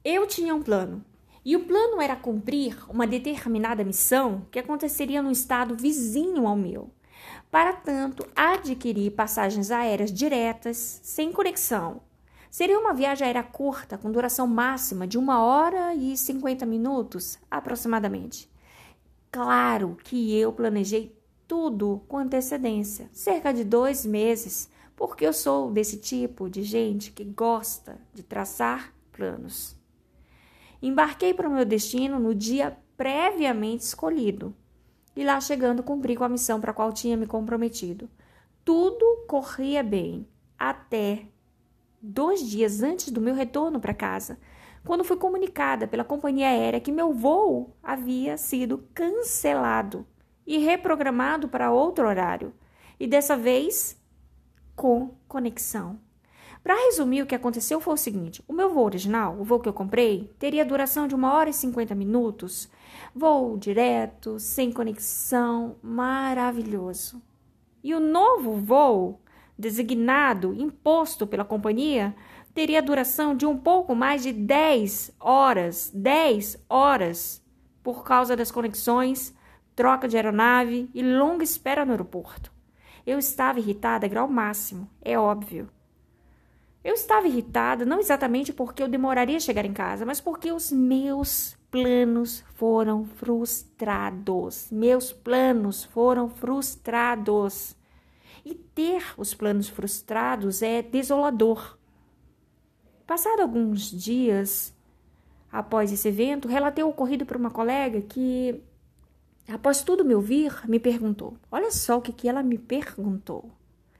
Eu tinha um plano, e o plano era cumprir uma determinada missão que aconteceria num estado vizinho ao meu. Para tanto, adquirir passagens aéreas diretas, sem conexão. Seria uma viagem aérea curta, com duração máxima de 1 hora e 50 minutos, aproximadamente. Claro que eu planejei tudo com antecedência, cerca de 2 meses, porque eu sou desse tipo de gente que gosta de traçar planos. Embarquei para o meu destino no dia previamente escolhido e lá chegando cumpri com a missão para a qual tinha me comprometido. Tudo corria bem até 2 dias antes do meu retorno para casa, quando fui comunicada pela companhia aérea que meu voo havia sido cancelado e reprogramado para outro horário, e dessa vez com conexão. Para resumir, o que aconteceu foi o seguinte: o meu voo original, o voo que eu comprei, teria duração de 1 hora e 50 minutos. Voo direto, sem conexão, maravilhoso. E o novo voo, designado, imposto pela companhia, teria duração de um pouco mais de 10 horas. 10 horas, por causa das conexões, troca de aeronave e longa espera no aeroporto. Eu estava irritada a grau máximo, é óbvio. Eu estava irritada não exatamente porque eu demoraria a chegar em casa, mas porque os meus planos foram frustrados. Meus planos foram frustrados. E ter os planos frustrados é desolador. Passado alguns dias após esse evento, relatei o ocorrido para uma colega que, após tudo me ouvir, me perguntou. Olha só o que ela me perguntou.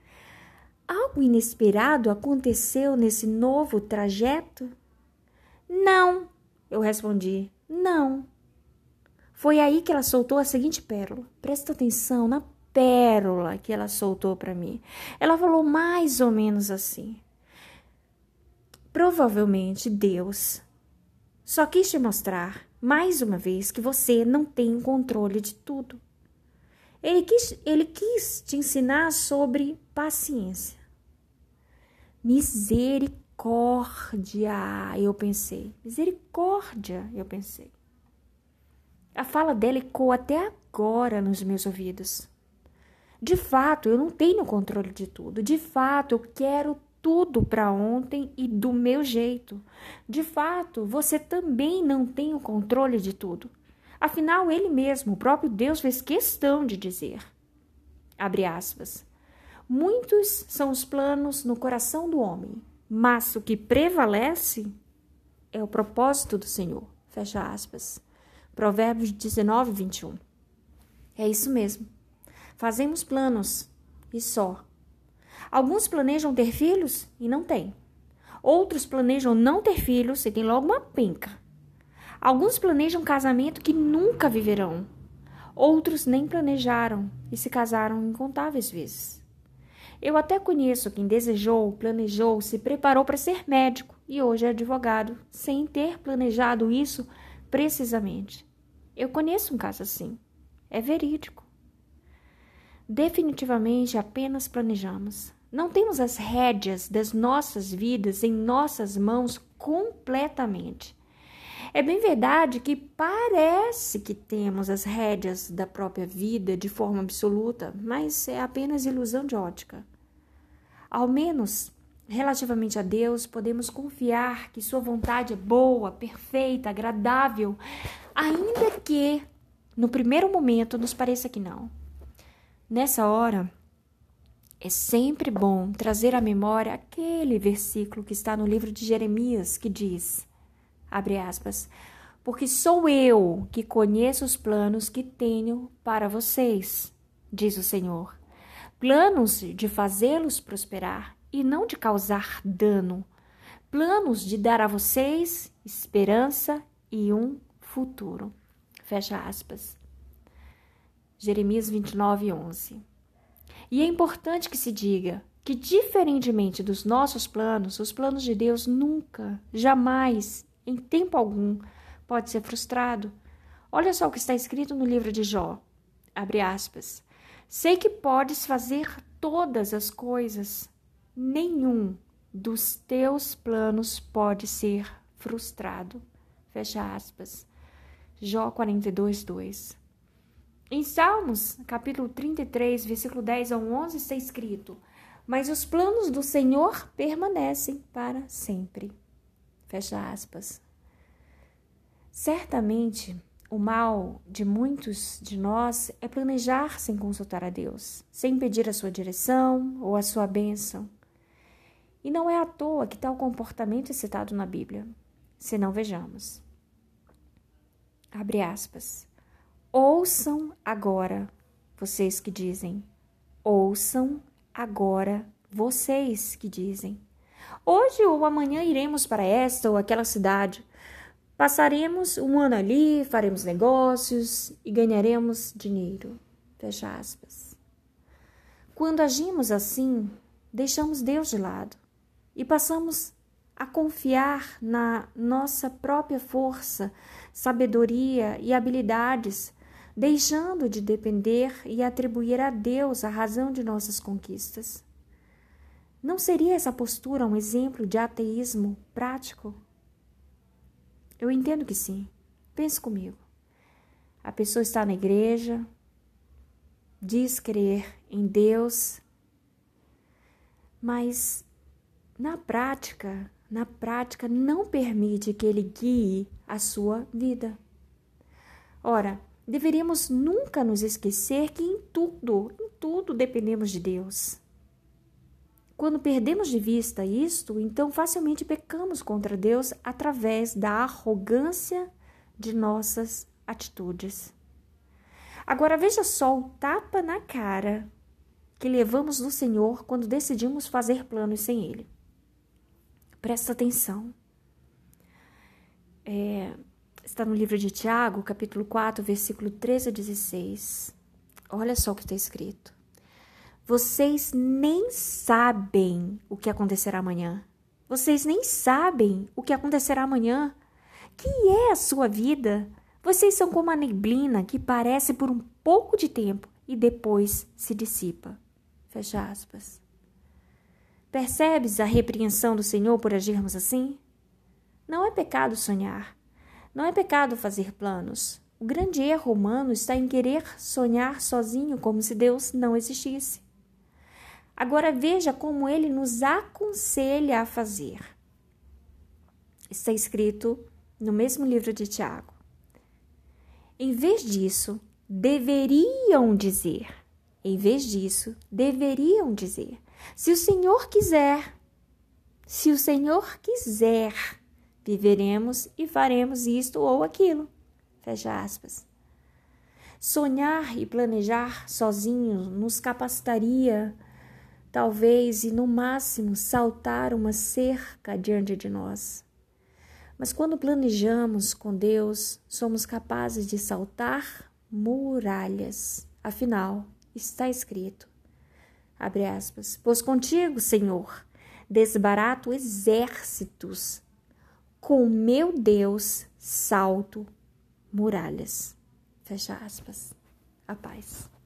Algo inesperado aconteceu nesse novo trajeto? Não, eu respondi, não. Foi aí que ela soltou a seguinte pérola. Presta atenção na pérola que ela soltou para mim. Ela falou mais ou menos assim. Provavelmente Deus só quis te mostrar, mais uma vez, que você não tem o controle de tudo. Ele quis te ensinar sobre paciência. Misericórdia, eu pensei. Misericórdia, eu pensei. A fala dela ecoa até agora nos meus ouvidos. De fato, eu não tenho controle de tudo. De fato, eu quero tudo para ontem e do meu jeito. De fato, você também não tem o controle de tudo. Afinal, ele mesmo, o próprio Deus, fez questão de dizer, abre aspas, muitos são os planos no coração do homem, mas o que prevalece é o propósito do Senhor, fecha aspas. Provérbios 19, 21. É isso mesmo. Fazemos planos e só. Alguns planejam ter filhos e não têm. Outros planejam não ter filhos e têm logo uma penca. Alguns planejam casamento que nunca viverão. Outros nem planejaram e se casaram incontáveis vezes. Eu até conheço quem desejou, planejou, se preparou para ser médico e hoje é advogado, sem ter planejado isso precisamente. Eu conheço um caso assim. É verídico. Definitivamente apenas planejamos. Não temos as rédeas das nossas vidas em nossas mãos completamente. É bem verdade que parece que temos as rédeas da própria vida de forma absoluta, mas é apenas ilusão de ótica. Ao menos, relativamente a Deus, podemos confiar que sua vontade é boa, perfeita, agradável, ainda que, no primeiro momento, nos pareça que não. Nessa hora, é sempre bom trazer à memória aquele versículo que está no livro de Jeremias, que diz, abre aspas, porque sou eu que conheço os planos que tenho para vocês, diz o Senhor. Planos de fazê-los prosperar e não de causar dano. Planos de dar a vocês esperança e um futuro. Fecha aspas. Jeremias 29, 11. E é importante que se diga que, diferentemente dos nossos planos, os planos de Deus nunca, jamais, em tempo algum, pode ser frustrado. Olha só o que está escrito no livro de Jó. Abre aspas. Sei que podes fazer todas as coisas. Nenhum dos teus planos pode ser frustrado. Fecha aspas. Jó 42:2. Em Salmos, capítulo 33, versículo 10 ao 11, está escrito: mas os planos do Senhor permanecem para sempre. Fecha aspas. Certamente, o mal de muitos de nós é planejar sem consultar a Deus, sem pedir a sua direção ou a sua bênção. E não é à toa que tal comportamento é citado na Bíblia. Se não, vejamos. Abre aspas. Ouçam agora, vocês que dizem. Ouçam agora, vocês que dizem. Hoje ou amanhã iremos para esta ou aquela cidade. Passaremos um ano ali, faremos negócios e ganharemos dinheiro. Fecha aspas. Quando agimos assim, deixamos Deus de lado e passamos a confiar na nossa própria força, sabedoria e habilidades, deixando de depender e atribuir a Deus a razão de nossas conquistas. Não seria essa postura um exemplo de ateísmo prático? Eu entendo que sim. Pense comigo. A pessoa está na igreja, diz crer em Deus, mas na prática não permite que Ele guie a sua vida. Ora, deveríamos nunca nos esquecer que em tudo dependemos de Deus. Quando perdemos de vista isto, então facilmente pecamos contra Deus através da arrogância de nossas atitudes. Agora veja só o tapa na cara que levamos do Senhor quando decidimos fazer planos sem Ele. Presta atenção. Está no livro de Tiago, capítulo 4, versículo 13 a 16. Olha só o que está escrito. Vocês nem sabem o que acontecerá amanhã. Vocês nem sabem o que acontecerá amanhã. Que é a sua vida? Vocês são como a neblina que parece por um pouco de tempo e depois se dissipa. Fecha aspas. Percebes a repreensão do Senhor por agirmos assim? Não é pecado sonhar. Não é pecado fazer planos. O grande erro humano está em querer sonhar sozinho como se Deus não existisse. Agora veja como Ele nos aconselha a fazer. Está escrito no mesmo livro de Tiago. Em vez disso, deveriam dizer. Se o Senhor quiser, viveremos e faremos isto ou aquilo. Fecha aspas. Sonhar e planejar sozinhos nos capacitaria, talvez, e no máximo, saltar uma cerca diante de nós. Mas quando planejamos com Deus, somos capazes de saltar muralhas. Afinal, está escrito, abre aspas, pois contigo, Senhor, desbarato exércitos, com meu Deus salto muralhas. Fecha aspas. A paz.